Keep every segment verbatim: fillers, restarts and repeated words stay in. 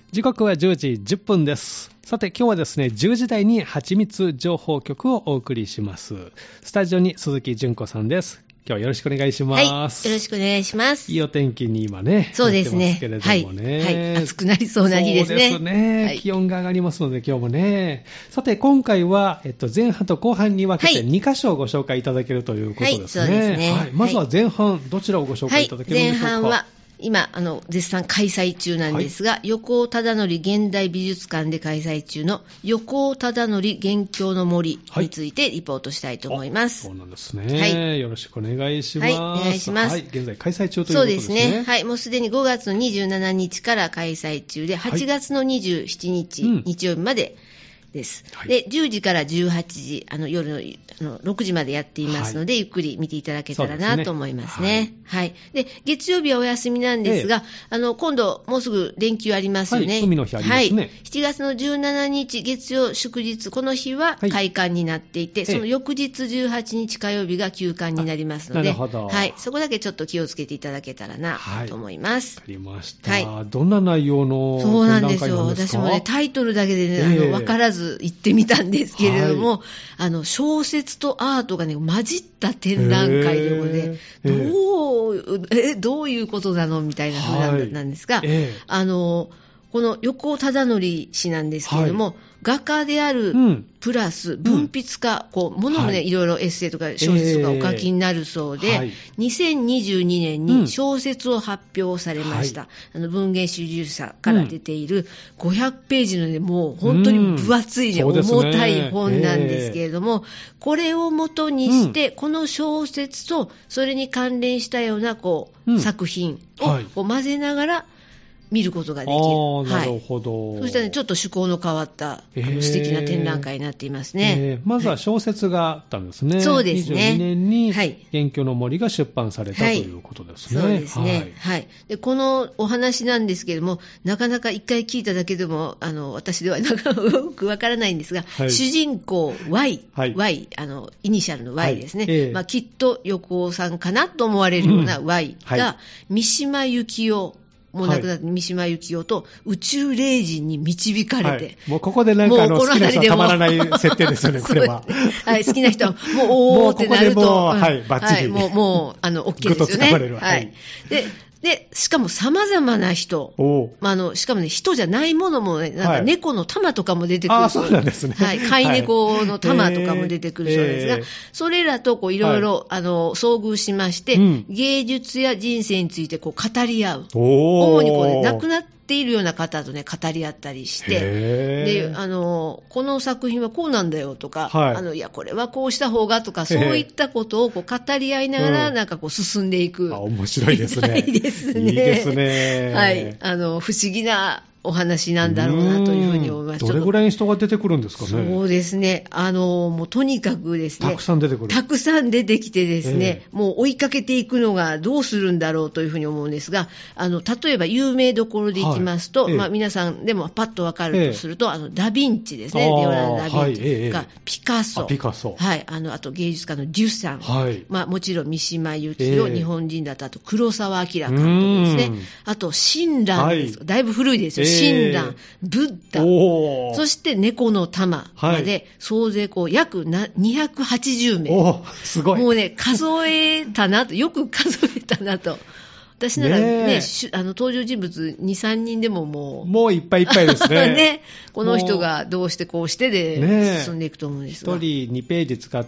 時刻はじゅうじじゅっぷんです。さて今日はですね、じゅうじ台にはちみつ情報局をお送りします。スタジオに鈴木純子さんです。今日はよろしくお願いします。 はい、よろしくお願いします。 いいお天気に今ね、 そうですね。 なってますけれどもね、 はいはい、暑くなりそうな日ですね。 そうですね、はい、気温が上がりますので今日もね。さて今回は、えっと、前半と後半に分けてに箇所をご紹介いただけるということですね。 はい、そうですね。 はい、まずは前半、どちらをご紹介いただけるんでしょうか。 はい、前半は今あの絶賛開催中なんですが、はい、横尾忠則現代美術館で開催中の横尾忠則元凶の森についてリポートしたいと思います。 はい、そうなんですね、はい、よろしくお願いします。 はい、お願いします。 はい、現在開催中ということですね。 そうですね。はい、もうすでにごがつのにじゅうしちにちから開催中で、はちがつのにじゅうしちにち、はい、日曜日までです。はい、でじゅうじからじゅうはちじ、あの夜のあのろくじまでやっていますので、はい、ゆっくり見ていただけたらなと思いますね。はい。で月曜日はお休みなんですが、ええ、あの今度もうすぐ連休ありますよね。 はい、海の日ありますね。はい、 しちがつのじゅうしちにち月曜祝日、この日は開館になっていて、はい、その翌日じゅうはちにち火曜日が休館になりますので、 なるほど、 はい、そこだけちょっと気をつけていただけたらなと思います。 わ、はい、かりました。はい、どんな内容のそうなんですよ。私もねタイトルだけでね、あの分からず行ってみたんですけれども、はい、あの小説とアートがね混じった展覧会ということで、どうえどういうことなのみたいな風なんなんですが、はい、あのこの横尾忠則氏なんですけれども、はい、画家であるプラス文筆家、うん、こうものもね、はい、いろいろエッセイとか小説とかお書きになるそうで、えーはい、にせんにじゅうにねんに小説を発表されました、うん、あの文芸春秋社から出ているごひゃくページの、ね、もう本当に分厚い、ね、うん、重たい本なんですけれども、えー、これを元にして、うん、この小説とそれに関連したようなこう、うん、作品をこう混ぜながら見ることができる。 あ、なるほど。 はい、そしたら、ね、ちょっと趣向の変わった、えー、素敵な展覧会になっていますね。 えー、まずは小説があったんですね。はい、 そうですね。 にじゅうにねんに元凶の森が出版された、はい、ということですね。 そうですね。はい。はい、でこのお話なんですけれども、なかなか一回聞いただけでもあの私ではなかなかよくわからないんですが、はい、主人公 Y、はい、Y あのイニシャルの Y ですね。はい、えーまあ、きっと横尾さんかなと思われるような Y が、うんはい、三島由紀夫もう亡くなった三島由紀夫と宇宙霊人に導かれて、はい、 もうここでなんかあの好きな人はたまらない設定ですよね、これは。 はい、好きな人はもうおーってなると、 もうここでもう、はい、バッチリ、 はい、もうもうあの OK ですよね。 ぐっと掴まれる。 はい。ででしかも様々な人、まあ、あのしかもね人じゃないものもね、なんか猫の玉とかも出てくる、 はい、あ、そうなんですね。 はい、飼い猫の玉とかも出てくるそうですが、はい、それらとこういろいろあの遭遇しまして、うん、芸術や人生についてこう語り合う。主にこう、ね、亡くなっているような方とね語り合ったりして、であのこの作品はこうなんだよとか、はい、あのいやこれはこうした方がとか、そういったことをこう語り合いながら、うん、なんかこう進んでいく。 あ、面白いですね。 いいですね。 いいですね。 はい、あの不思議なお話なんだろうなというふうに思います。 どれぐらいに人が出てくるんですかね。 そうですね。あのもうとにかくですね。 たくさん出てくる。 たくさん出てきてですね、えー、もう追いかけていくのがどうするんだろうというふうに思うんですが、あの例えば有名どころでいきますと、はい、まあ、皆さんでもパッとわかるとすると、えー、あのダヴィンチですね。レオナルド・ダ・ヴィンチ、はい、えー、がピカソ、 あ、ピカソ、 はい、あのあと芸術家のデュサン、はい、まあ、もちろん三島由紀夫、えー、日本人だとあと黒澤明監督ですね。あと親鸞です、はい、だいぶ古いですよ。親鸞、ブッダ、そして猫の玉まで、はい、総勢こう約にひゃくはちじゅうめい。 お、すごい。 もうね、数えたなと、よく数えたなと。私ならね、ね、あの登場人物に、さんにんでももう。 もういっぱいいっぱいですね。 ね、この人がどうしてこうしてで進んでいくと思うんですが。 ひとりにページ使って、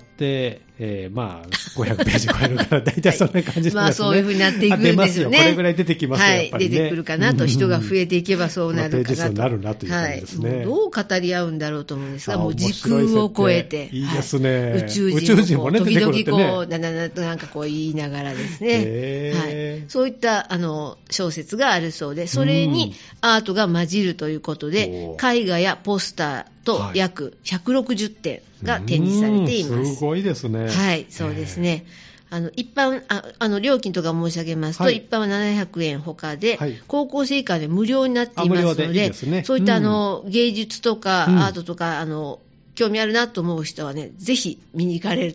えー、まあごひゃくページ超えるから大体そんな感じですね。 まあそういう風になっていくんですよね。 これぐらい出てきますよ、 はい、 やっぱりね。 出てくるかなと、人が増えていけばそうなるかなと。 ページ数になるなという感じですね。 はい、どう語り合うんだろうと思うんですが、もう時空を超えて、 いいですね。はい、 宇宙人も、ね、時々こう、ななななんかこう言いながらですね。はい、そういったあの小説があるそうで、それにアートが混じるということで、絵画やポスターと約ひゃくろくじゅってんが展示されています。 すごいですね。 はい、そうですね。あの一般 あ, あの料金とか申し上げますと、はい、一般はななひゃくえんほかで、はい、高校生以下で無料になっていますの で, で, いいです、ね、そういったあの、うん、芸術とかアートとか、うん、あの興味あるなと思う人はね、ぜひ見に行かれると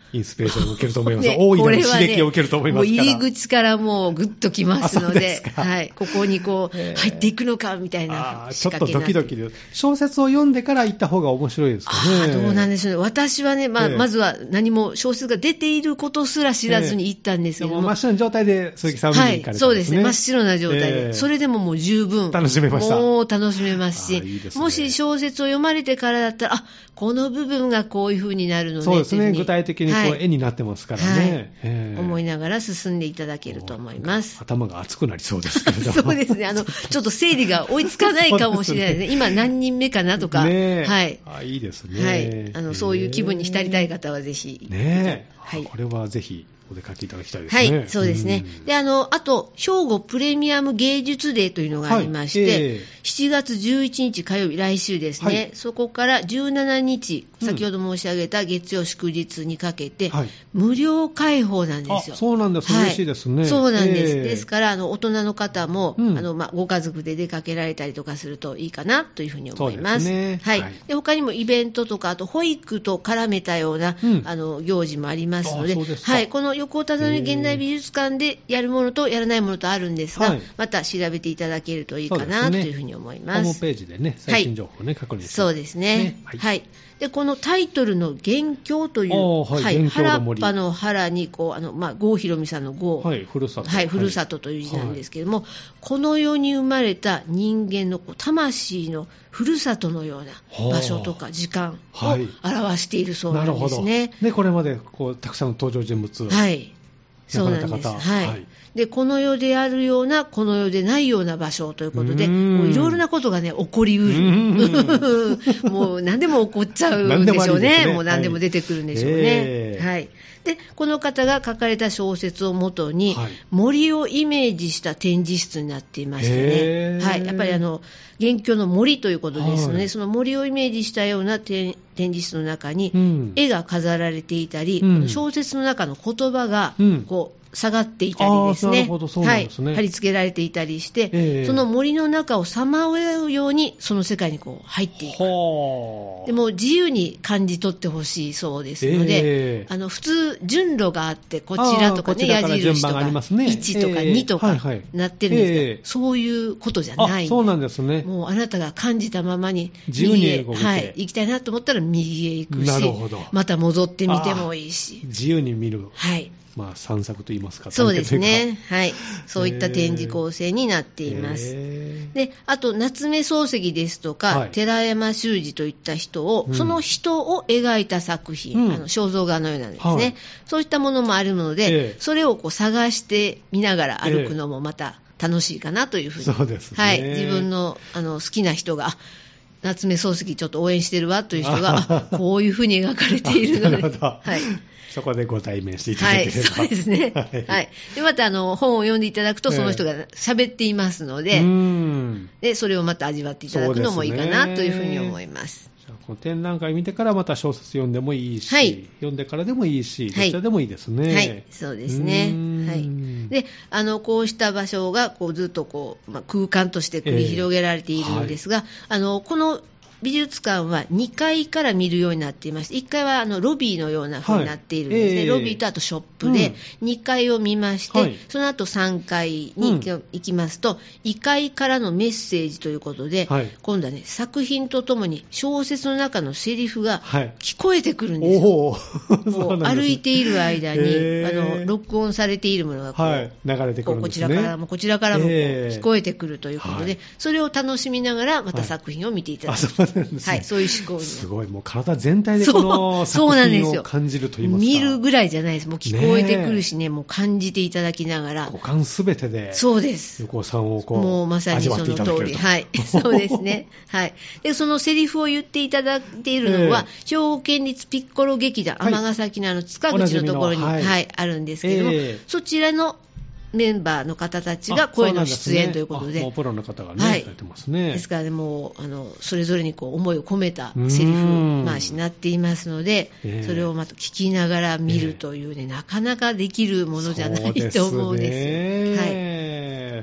インスピレーションを受けると思います。 ね、 大いなる刺激を受けると思いますから。 もう入り口からもうグッときますので、はい、ここにこう入っていくのかみたいな仕掛けになって。 ちょっとドキドキで、小説を読んでから行った方が面白いですかね。 あ、どうなんでしょうね。私はね、まあ、えー、まずは何も小説が出ていることすら知らずに行ったんですけども、 えー、真っ白な状態で鈴木さんを見に行かれたんですね。 はい、そうですね。真っ白な状態で、えー、それでももう十分楽しめました。 もう楽しめますし、 いいですね、 もし小説を読まれてからだったら、あ、この部分がこういう風になるので、 そうですね。具体的にこう、はい、絵になってますからね、はいえー、思いながら進んでいただけると思います。 頭が熱くなりそうですけれども。 そうですね。あのちょっと整理が追いつかないかもしれないですね。今何人目かなとか、 ね、 はい。 あ、いいですね。 はい。あのそういう気分に浸りたい方はぜひ。 ね、 はい。 これはぜひ。お出かけいただきたいですね。 はい、そうですね。で、あの、あと、兵庫プレミアム芸術デーというのがありまして、はいえー、しちがつじゅういちにち火曜日、来週ですね、はい、そこからじゅうしちにち、先ほど申し上げた月曜祝日にかけて、はい、無料開放なんですよ。 あ、そうなんです、はい、嬉しいですね。 そうなんです。えー、ですから、あの、大人の方も、うん、あの、まあ、ご家族で出かけられたりとかするといいかなというふうに思います。 そうですね。 はい。はい、で、他にもイベントとか、あと、保育と絡めたような、うん、あの、行事もありますので、はい、この横田の現代美術館でやるものとやらないものとあるんですが、はい、また調べていただけるといいかな、ね、というふうに思います。 ホームページでね、最新情報をね、はい、確認して、 そうですね。はい。はい、で、このタイトルの元凶という、はいはい、原っぱの原にこう、あの、まあ、郷ひろみさんの郷、 はい、ふるさと。 はい、ふるさとという字なんですけれども、はい、この世に生まれた人間のこう魂のふるさとのような場所とか時間を表しているそうなんですね。はい、なるほど。で、これまでこうたくさんの登場人物。 はい。そうなんです。はい。はい、で、この世であるような、この世でないような場所ということで、もういろいろなことがね、起こりうる。うもう何でも起こっちゃうんでしょうね。も, ねもう何でも出てくるんでしょうね。はい。えーはい、で、この方が書かれた小説をもとに、はい、森をイメージした展示室になっていましてね。はい。やっぱりあの、元凶の森ということですので、はい、その森をイメージしたような展示室の中に、絵が飾られていたり、うん、小説の中の言葉が、こう、下がっていたりですね、はい、貼り付けられていたりして、えー、その森の中をさまようようにその世界にこう入っていく。でも自由に感じ取ってほしいそうですので、えー、あの普通順路があってこちらとかね、矢印とか、ね、いちとかにとかなってるんですけど、えーはいはい、そういうことじゃないんで、 そうなんですね。 もうあなたが感じたままに自由に動いて、 はい、行きたいなと思ったら右へ行くし、なるほど、また戻ってみてもいいし、 自由に見る。 はい。 まあ、散策といいますか、 そうですね、はい、そういった展示構成になっています。で、あと夏目漱石ですとか、はい、寺山修司といった人を、うん、その人を描いた作品、うん、あの肖像画のようなんですね、はい、そういったものもあるので、えー、それをこう探してみながら歩くのもまた楽しいかなというふうに、 そうですね、 はい、自分の、あの好きな人が夏目漱石ちょっと応援してるわという人がこういうふうに描かれているので、はい、 そこでご対面していただければ、はい、 そうですね、はいはい、でまたあの本を読んでいただくとその人が喋っていますので、えー、でそれをまた味わっていただくのもいいかなというふうに思います。 じゃあこの展覧会見てからまた小説読んでもいいし、はい、読んでからでもいいし、どちらでもいいですね。 はい、はい、そうですね。はい、であのこうした場所がこうずっとこう、まあ、空間として繰り広げられているんですが、えーはい、あのこの美術館はにかいから見るようになっていまして、いっかいはあのロビーのような風になっているんですね、はいえー、ロビーとあとショップでにかいを見まして、うん、その後さんかいに行きますと、うん、いっかいからのメッセージということで、はい、今度はね作品とともに小説の中のセリフが聞こえてくるんですよ、はい、もう歩いている間に、えー、あの録音されているものがこう、はい、 流れてくるんですね。 こちらからもこちらからもこう聞こえてくるということで、えー、それを楽しみながらまた作品を見ていただく、はいはい、そういう思考にすごい、もう体全体でこの作品を感じると言いますか、 見るぐらいじゃないです、もう聞こえてくるしね、もう感じていただきながら、 五感すべてで、 そうです、 横尾さんをこうもうまさにその通り、はい、そうですね、はい、でそのセリフを言っていただいているのは、えー、兵庫県立ピッコロ劇団、尼、はい、崎のあの塚口のところに、はいはい、あるんですけれども、えー、そちらのメンバーの方たちが声の出演ということで、 もうプロの方がね、 はい、 されてますね。 ですからね、もうあのそれぞれにこう思いを込めたセリフ回しになっていますので、えー、それをまた聞きながら見るというね、えー、なかなかできるものじゃないと思うんです。 そうですね、はい、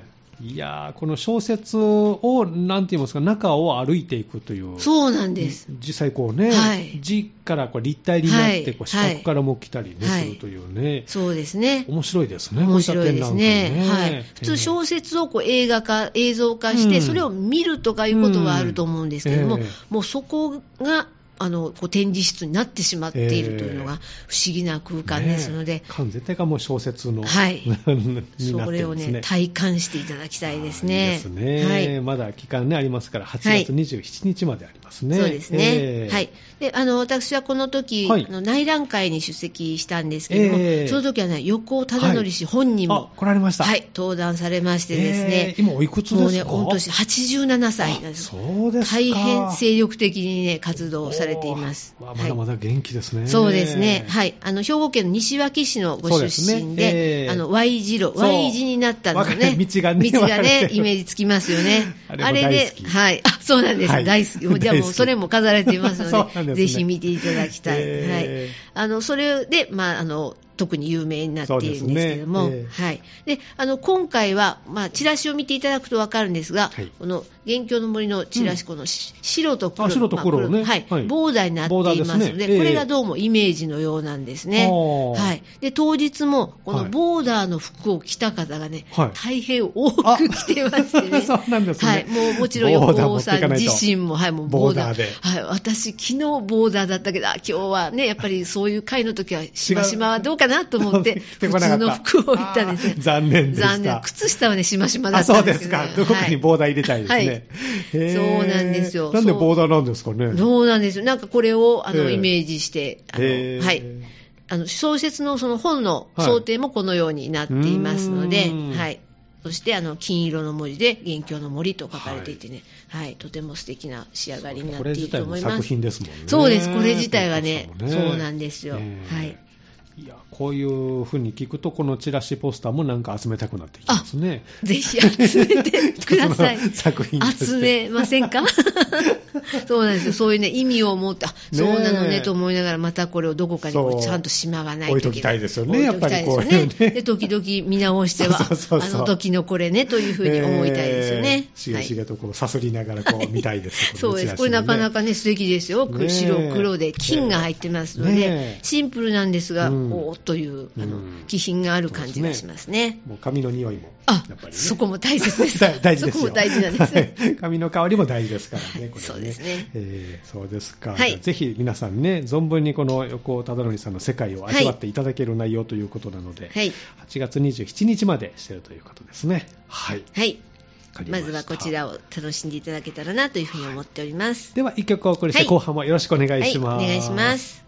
いやー、この小説を、なんて言いますか、中を歩いていくという。 そうなんです。 実際こうね、はい、字からこう立体になって、こう視覚からも来たりね、はい、するというね。 そうですね。 面白いですね。 面白いですね。ね、はい。普通小説をこう映画化、映像化して、うん、それを見るとかいうことはあると思うんですけども、うんえー、もうそこが、あのこう展示室になってしまっているというのが不思議な空間ですので、 えー、ね、絶対がもう小説の、 はい、 ね、 それをね体感していただきたいですね。 いいですね、はい、まだ期間、ね、ありますからはちがつにじゅうしちにちまでありますね。 はい、そうですね、えーはい、であの私はこの時、はい、あの内覧会に出席したんですけれども、えー、その時はね横尾忠則氏本人も、はい、 来られました、 はい、登壇されましてですね、 えー、今おいくつですか？もうね御年はちじゅうななさいなんです。 そうですか。 大変精力的に、ね、活動されています。 まだまだ元気ですね。 そうですね。はい。あの兵庫県の西脇市のご出身で、で、ねえー、あの Y 字路、Y 字になったのね。 道がね、 道がね、イメージつきますよね。あれ, あれで、はい。あ、そうなんです。はい、大好き。じゃあもうそれも飾られていますので、でね、ぜひ見ていただきたい。えー、はい。あのそれで、まああの。特に有名になっているんですけれども、ねえーはい、であの今回は、まあ、チラシを見ていただくと分かるんですが、はい、この元凶の森のチラシ、うん、この白と黒、 白と黒ね、 まあはいはい、ボーダーになっていますので、ねえー、これがどうもイメージのようなんですね。はい、で当日もこのボーダーの服を着た方がね、はい、大変多く着てましてね、 そうなんですね、 はい、もうもちろん横尾さん自身も、はい、もうボーダーで、はい、私昨日ボーダーだったけど、今日はねやっぱりそういう会の時はしましまはどうかなと思って普通の服を着たんですね。 残念でした。残念。 靴下はねしましまだったんですけど、ね、 あ、そうですか。どこかにボーダー入れたいですね。はいはい、 そうなんですよ。 なんでボーダーなんですかね。 そうなんですよ。なんかこれをあのイメージして、あのはい。あの小説のその本の想定もこのようになっていますので、はい。はい、そしてあの金色の文字で元凶の森と書かれていてね、はい、はい、とても素敵な仕上がりになっていると思います。これ自体も作品ですもんね。 そうです。これ自体はね、そうなんですよ。はい。 いや、こういうふうに聞くとこのチラシポスターもなんか集めたくなってきますね。 ぜひ集めてください。 作品集めませんか？そうなんですよ。そういうね意味を持って、あ、そうなのねと思いながら、またこれをどこかにこうちゃんとしまがないといけない。 置いときたいですよね。やっぱりこうね。で時々見直してはそうそうそうそう、あの時のこれねというふうに思いたいですよね。 しげしげとこうさすりながらこう見たいです。 そうです。これなかなかね素敵ですよ。白黒で金が入ってますので、シンプルなんですが、おーというあの気品がある感じがしますね。 もう髪の匂いもやっぱり、ね、そこも大切です。 大事ですよ。 そこも大事なんです、ね。 はい、髪の香りも大事ですからね。これね、 そうですね。 えー、そうですか。はい、ぜひ皆さんね、存分にこの横尾忠則さんの世界を味わっていただける内容ということなので、はい、はちがつにじゅうしちにちまでしているということですね。はい。 はい。ま, まずはこちらを楽しんでいただけたらなというふうに思っております。 ではいっきょくお送りして、はい、後半もよろしくお願いします。 はい、お願いします。